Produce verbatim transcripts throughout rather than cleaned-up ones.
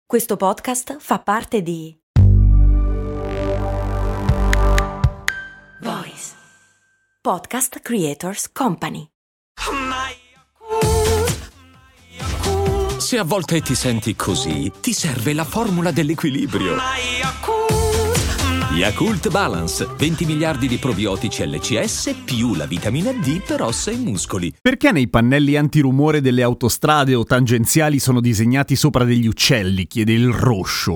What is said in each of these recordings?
Questo podcast fa parte di Voice Podcast Creators Company. Se a volte ti senti così, ti serve la formula dell'equilibrio. Yakult Balance, venti miliardi di probiotici L C S più la vitamina D per ossa e muscoli. Perché nei pannelli antirumore delle autostrade o tangenziali sono disegnati sopra degli uccelli? Chiede il Roscio.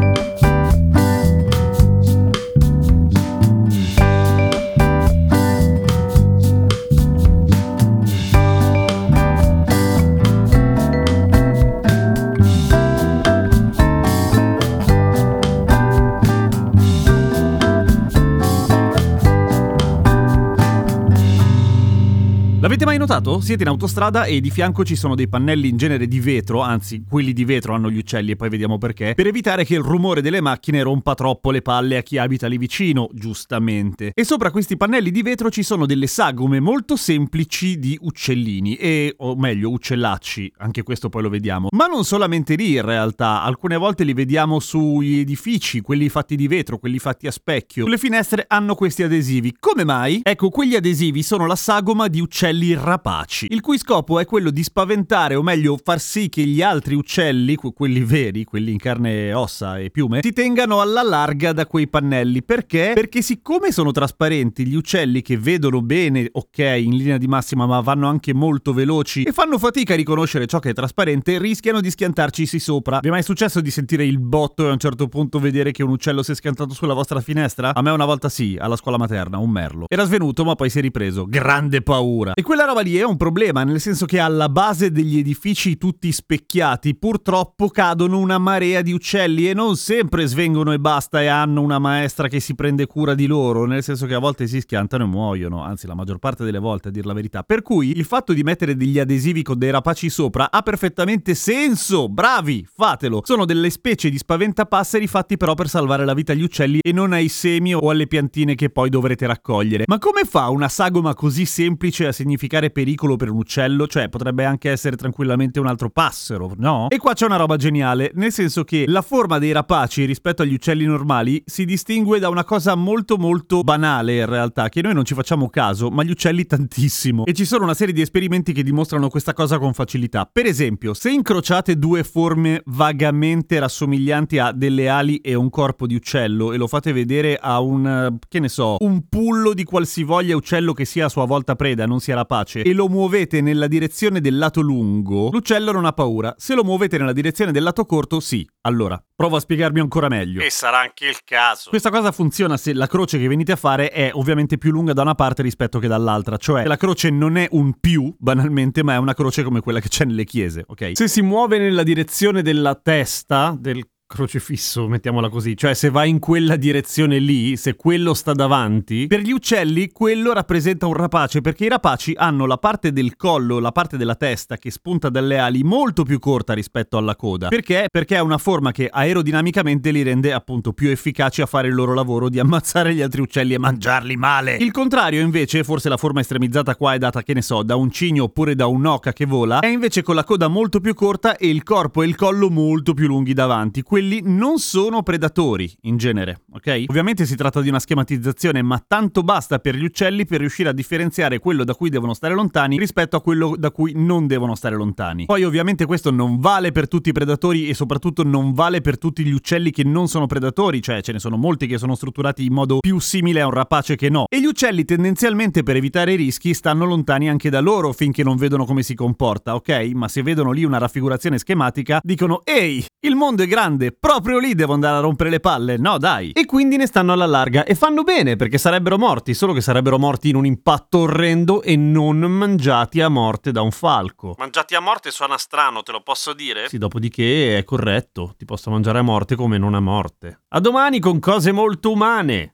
L'avete mai notato? Siete in autostrada e di fianco ci sono dei pannelli in genere di vetro, anzi quelli di vetro hanno gli uccelli e poi vediamo perché, per evitare che il rumore delle macchine rompa troppo le palle a chi abita lì vicino, giustamente. E sopra questi pannelli di vetro ci sono delle sagome molto semplici di uccellini, e o meglio uccellacci, anche questo poi lo vediamo. Ma non solamente lì in realtà, alcune volte li vediamo sugli edifici, quelli fatti di vetro, quelli fatti a specchio. Sulle finestre hanno questi adesivi. Come mai? Ecco, quegli adesivi sono la sagoma di uccelli rapaci, il cui scopo è quello di spaventare, o meglio far sì che gli altri uccelli, quelli veri, quelli in carne, ossa e piume, si tengano alla larga da quei pannelli. Perché? Perché siccome sono trasparenti, gli uccelli che vedono bene, ok, in linea di massima, ma vanno anche molto veloci e fanno fatica a riconoscere ciò che è trasparente, rischiano di schiantarcisi sopra. Vi è mai successo di sentire il botto e a un certo punto vedere che un uccello si è schiantato sulla vostra finestra? A me una volta sì, alla scuola materna, un merlo. Era svenuto ma poi si è ripreso. Grande paura. E quella roba lì è un problema, nel senso che alla base degli edifici tutti specchiati purtroppo cadono una marea di uccelli e non sempre svengono e basta e hanno una maestra che si prende cura di loro, nel senso che a volte si schiantano e muoiono, anzi la maggior parte delle volte, a dir la verità. Per cui il fatto di mettere degli adesivi con dei rapaci sopra ha perfettamente senso. Bravi, fatelo. Sono delle specie di spaventapasseri fatti però per salvare la vita agli uccelli e non ai semi o alle piantine che poi dovrete raccogliere. Ma come fa una sagoma così semplice a significare pericolo per un uccello? Cioè potrebbe anche essere tranquillamente un altro passero, no? E qua c'è una roba geniale, nel senso che la forma dei rapaci rispetto agli uccelli normali si distingue da una cosa molto molto banale in realtà, che noi non ci facciamo caso, ma gli uccelli tantissimo. E ci sono una serie di esperimenti che dimostrano questa cosa con facilità. Per esempio, se incrociate due forme vagamente rassomiglianti a delle ali e un corpo di uccello e lo fate vedere a un, che ne so, un pullo di qualsivoglia uccello che sia a sua volta preda, non sia rapace, e lo muovete nella direzione del lato lungo, l'uccello non ha paura. Se lo muovete nella direzione del lato corto, sì. Allora, provo a spiegarmi ancora meglio. E sarà anche il caso. Questa cosa funziona se la croce che venite a fare è ovviamente più lunga da una parte rispetto che dall'altra, cioè la croce non è un più, banalmente, ma è una croce come quella che c'è nelle chiese, ok? Se si muove nella direzione della testa, del crocifisso, mettiamola così, cioè se va in quella direzione lì, se quello sta davanti, per gli uccelli quello rappresenta un rapace, perché i rapaci hanno la parte del collo, la parte della testa che spunta dalle ali molto più corta rispetto alla coda. Perché? Perché è una forma che aerodinamicamente li rende appunto più efficaci a fare il loro lavoro di ammazzare gli altri uccelli e mangiarli male. Il contrario invece, forse la forma estremizzata qua è data, che ne so, da un cigno oppure da un'oca che vola, è invece con la coda molto più corta e il corpo e il collo molto più lunghi davanti. Quelli non sono predatori in genere, ok? Ovviamente si tratta di una schematizzazione, ma tanto basta per gli uccelli per riuscire a differenziare quello da cui devono stare lontani rispetto a quello da cui non devono stare lontani. Poi ovviamente questo non vale per tutti i predatori e soprattutto non vale per tutti gli uccelli che non sono predatori, cioè ce ne sono molti che sono strutturati in modo più simile a un rapace che no. E gli uccelli tendenzialmente, per evitare i rischi, stanno lontani anche da loro finché non vedono come si comporta, ok? Ma se vedono lì una raffigurazione schematica dicono: ehi, il mondo è grande, proprio lì devo andare a rompere le palle, no dai. E quindi ne stanno alla larga e fanno bene, perché sarebbero morti, solo che sarebbero morti in un impatto orrendo e non mangiati a morte da un falco. Mangiati a morte suona strano, te lo posso dire? Sì, dopodiché è corretto, ti posso mangiare a morte come non a morte. A domani con cose molto umane.